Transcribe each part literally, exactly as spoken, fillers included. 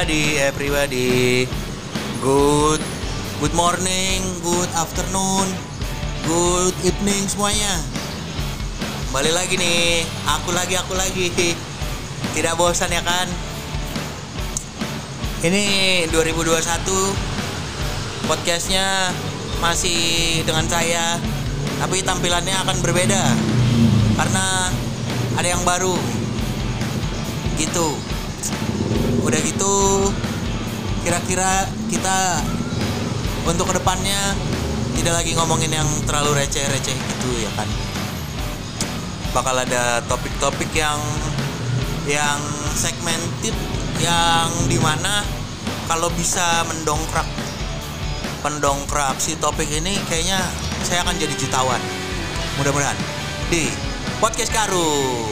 everybody, everybody. Good, good morning, good afternoon, good evening semuanya. Kembali lagi nih, aku lagi, aku lagi. Tidak bosan ya kan? Ini dua ribu dua puluh satu, podcastnya masih dengan saya, tapi tampilannya akan berbeda karena ada yang baru. Gitu. Udah gitu, kira-kira kita untuk kedepannya tidak lagi ngomongin yang terlalu receh-receh gitu ya kan. Bakal ada topik-topik yang yang segmented, yang dimana kalau bisa mendongkrak pendongkrak si topik ini, kayaknya saya akan jadi jutawan. Mudah-mudahan di podcast Karung.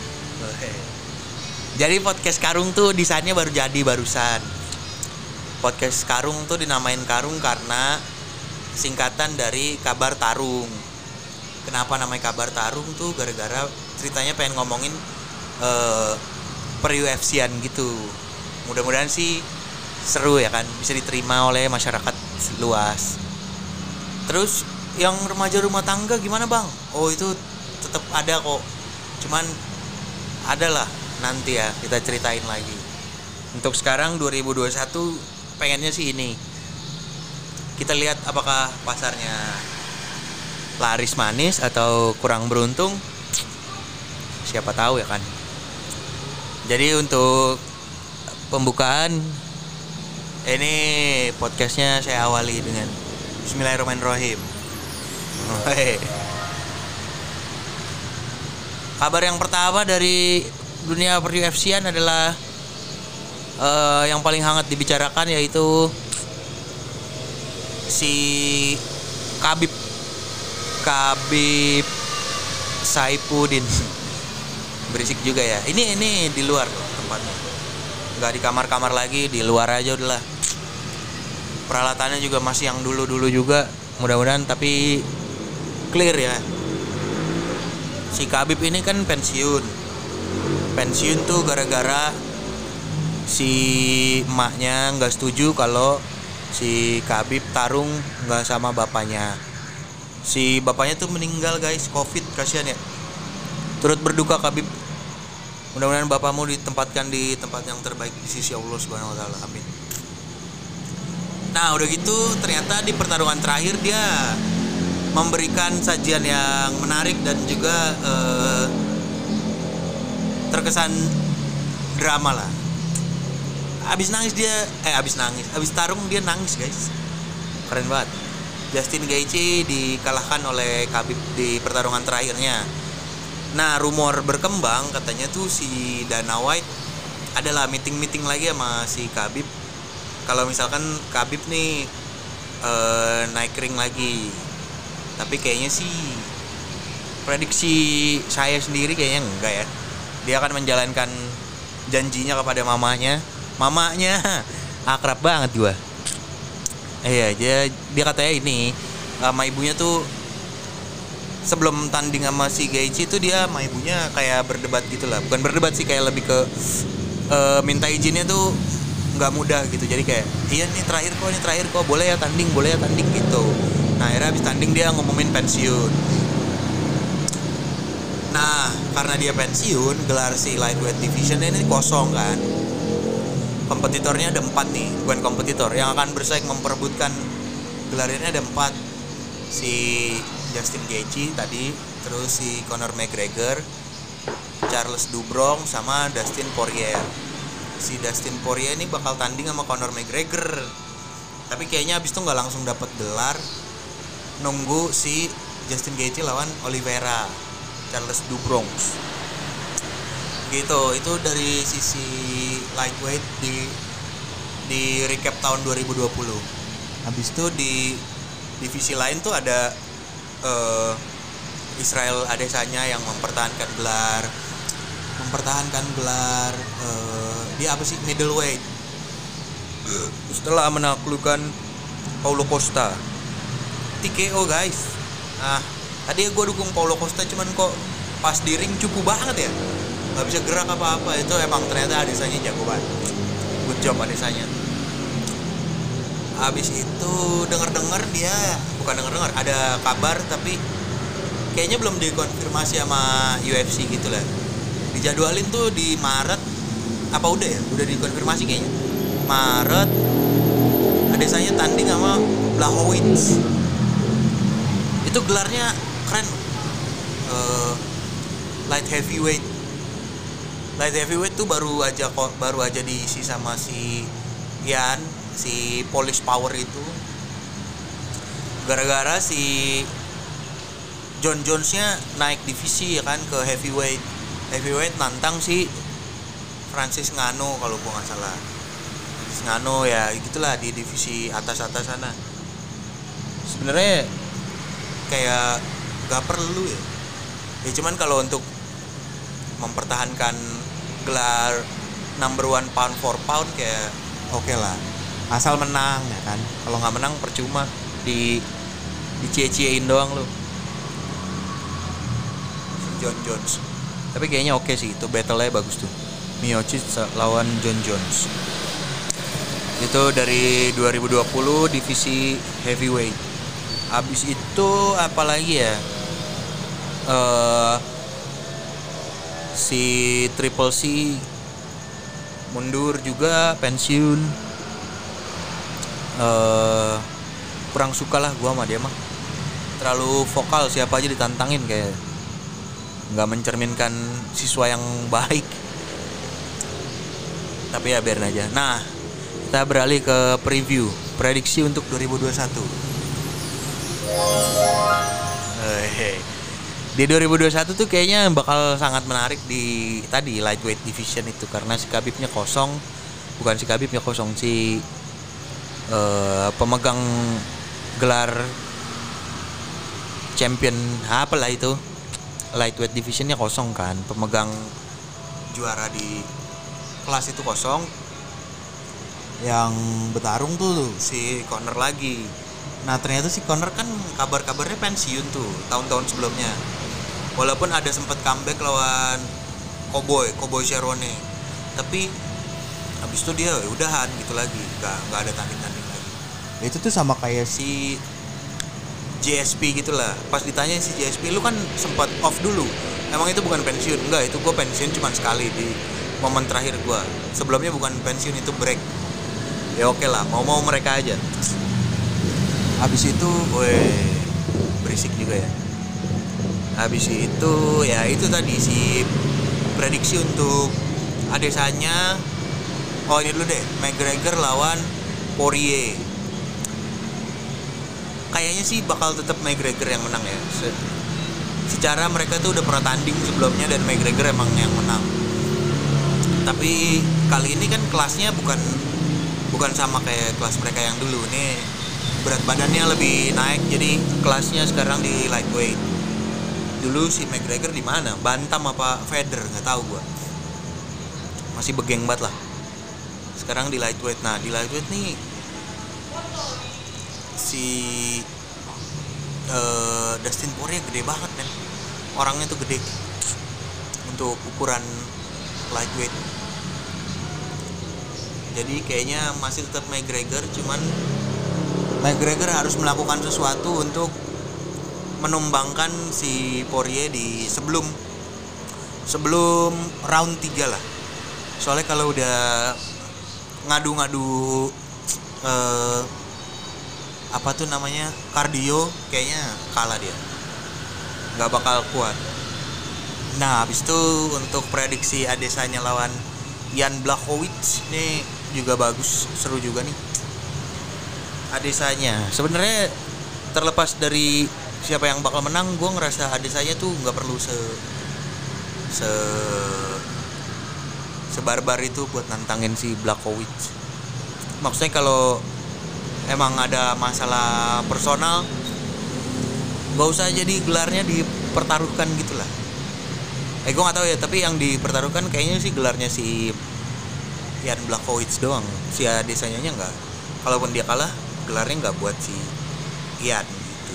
Jadi podcast Karung tuh desainnya baru jadi barusan. Podcast Karung tuh dinamain Karung karena singkatan dari kabar tarung. Kenapa namanya kabar tarung tuh gara-gara ceritanya pengen ngomongin uh, per-U F C-an gitu. Mudah-mudahan sih seru ya kan, bisa diterima oleh masyarakat luas. Terus yang remaja rumah tangga gimana bang? Oh itu tetap ada kok. Cuman adalah nanti ya kita ceritain lagi. Untuk sekarang dua ribu dua puluh satu pengennya sih ini. Kita lihat apakah pasarnya laris manis atau kurang beruntung. Siapa tahu ya kan. Jadi untuk pembukaan ini podcastnya saya awali dengan Bismillahirrahmanirrahim. Kabar yang pertama dari dunia per-U F C-an adalah uh, yang paling hangat dibicarakan, yaitu si Khabib Khabib Saifuddin. Berisik juga ya. Ini ini di luar tempatnya. Enggak di kamar-kamar lagi, di luar aja udahlah. Peralatannya juga masih yang dulu-dulu juga. Mudah-mudahan tapi clear ya. Si Khabib ini kan pensiun. Pensiun tuh gara-gara si emaknya nggak setuju kalau si Khabib tarung nggak sama bapaknya. Si bapaknya tuh meninggal guys, covid, kasihan ya. Turut berduka Khabib. Mudah-mudahan bapakmu ditempatkan di tempat yang terbaik di sisi Allah Subhanahu wa taala. Amin. Nah, udah gitu ternyata di pertarungan terakhir dia memberikan sajian yang menarik dan juga eh, terkesan drama lah. Abis nangis dia, eh abis nangis, abis tarung dia nangis guys. Keren banget. Justin Gaethje dikalahkan oleh Khabib di pertarungan terakhirnya. Nah, rumor berkembang katanya tuh si Dana White adalah meeting-meeting lagi sama si Khabib. Kalau misalkan Khabib nih eh, naik ring lagi. Tapi kayaknya sih prediksi saya sendiri kayaknya enggak ya. Dia akan menjalankan janjinya kepada mamanya. Mamanya akrab banget gua. Iya, dia dia katanya ini sama ibunya tuh sebelum tanding sama si Gaethje itu dia sama ibunya kayak berdebat gitu lah. Bukan berdebat sih, kayak lebih ke uh, minta izinnya tuh nggak mudah gitu. Jadi kayak iya nih terakhir kok, nih terakhir kok, boleh ya tanding, boleh ya tanding gitu. Nah akhirnya habis tanding dia ngumumin pensiun. Nah karena dia pensiun, gelar si lightweight division ini kosong kan. Kompetitornya ada empat nih, bukan kompetitor yang akan bersaing memperebutkan gelar ini ada empat. Si Justin Gaethje tadi, terus si Conor McGregor, Charles do Bronx, sama Dustin Poirier. Si Dustin Poirier ini bakal tanding sama Conor McGregor, tapi kayaknya abis itu nggak langsung dapat gelar. Nunggu si Justin Gaethje lawan Oliveira, Charles do Bronx. Gitu. Itu dari sisi lightweight di di recap tahun dua ribu dua puluh. Habis itu di divisi lain tuh ada uh, Israel Adesanya yang mempertahankan gelar mempertahankan gelar uh, dia apa sih middleweight setelah menaklukkan Paulo Costa T K O guys. Nah tadi gue dukung Paulo Costa, cuman kok pas di ring cupu banget ya, nggak bisa gerak apa-apa. Itu emang ternyata Adesanya jago banget. Good job Adesanya. Habis itu denger-dengar dia, bukan denger-dengar, ada kabar tapi kayaknya belum dikonfirmasi sama U F C gitu lah. Dijadwalin tuh di Maret, apa udah ya? Udah dikonfirmasi kayaknya. Maret Adesanya tanding sama Blachowicz. Itu gelarnya keren. Uh, light heavyweight. Light heavyweight tuh baru aja kok baru aja diisi sama si Ian, si Polish Power itu. Gara-gara si John Jones-nya naik divisi ya kan ke heavyweight. Heavyweight nantang si Francis Ngannou kalau gua nggak salah. Francis Ngannou ya gitulah di divisi atas-atas sana. Sebenarnya kayak gak perlu ya. Ya cuman kalau untuk mempertahankan gelar number one pound for pound kayak oke okay lah. Asal menang ya kan. Kalau nggak menang percuma di dicie-ciein doang lu. John Jones. Tapi kayaknya oke sih itu battle-nya bagus tuh. Miocic lawan John Jones. Itu dari dua ribu dua puluh divisi heavyweight. Habis itu apa lagi ya? Uh, si Triple C mundur juga, pensiun. Uh, kurang suka lah gua sama dia mah. Terlalu vokal, siapa aja ditantangin kayak nggak mencerminkan siswa yang baik. Tapi ya biarin aja. Nah, kita beralih ke preview, prediksi untuk dua ribu dua puluh satu. Hehe. Di dua ribu dua puluh satu tuh kayaknya bakal sangat menarik di tadi lightweight division itu karena si Khabibnya kosong, bukan si Khabibnya kosong, si uh, pemegang gelar champion apalah itu lightweight divisionnya kosong kan, pemegang juara di kelas itu kosong. Yang bertarung tuh si Conor lagi. Nah ternyata si Conor kan kabar-kabarnya pensiun tuh tahun-tahun sebelumnya. Walaupun ada sempat comeback lawan Cowboy, Cowboy Cerrone. Tapi habis itu dia udahan gitu lagi, nggak nggak ada tanding-tanding lagi. Itu tuh sama kayak si J S P gitulah. Pas ditanya si J S P, lu kan sempat off dulu. Emang itu bukan pensiun? Enggak, itu gue pensiun cuma sekali di momen terakhir gue. Sebelumnya bukan pensiun, itu break. Ya oke lah, mau-mau mereka aja. Habis itu, weh, berisik juga ya. Habis itu, ya itu tadi si prediksi untuk Adesanya. Oh ini dulu deh, McGregor lawan Poirier. Kayaknya sih bakal tetap McGregor yang menang ya. Se- secara mereka tuh udah pernah tanding sebelumnya dan McGregor emang yang menang. Tapi kali ini kan kelasnya bukan bukan sama kayak kelas mereka yang dulu. Nih berat badannya lebih naik, jadi kelasnya sekarang di lightweight. Dulu si McGregor di mana? Bantam apa feather? Nggak tahu gua. Masih begeng banget lah. Sekarang di lightweight. Nah di lightweight nih si uh, Dustin Poirier gede banget men. Orangnya tuh gede untuk ukuran lightweight. Jadi kayaknya masih tetap McGregor, cuman McGregor harus melakukan sesuatu untuk menumbangkan si Poirier di sebelum sebelum round tiga lah. Soalnya kalau udah ngadu-ngadu uh, apa tuh namanya kardio, kayaknya kalah dia, nggak bakal kuat. Nah habis itu untuk prediksi Adesanya lawan Jan Blachowicz ini juga bagus, seru juga nih. Adesanya sebenarnya terlepas dari siapa yang bakal menang, gue ngerasa Adesanya tuh nggak perlu se se sebarbar itu buat nantangin si Blachowicz. Maksudnya kalau emang ada masalah personal, gak usah jadi gelarnya dipertaruhkan gitulah. Eh gue gak tahu ya, tapi yang dipertaruhkan kayaknya sih gelarnya si Jan Blachowicz doang. Si Adesanya nya nggak. Kalaupun dia kalah, gelarnya nggak buat si Ian gitu.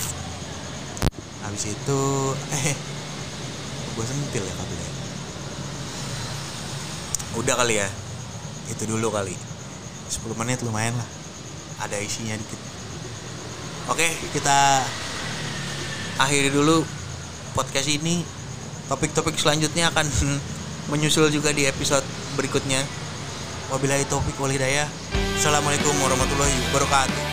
Habis itu, eh, gue sentil ya kabelnya. Udah kali ya. Itu dulu kali. Sepuluh menit lumayan lah, ada isinya dikit. Oke, kita akhiri dulu podcast ini. Topik-topik selanjutnya akan menyusul juga di episode berikutnya. Wabillahi taufik wal hidayah. Assalamualaikum warahmatullahi wabarakatuh.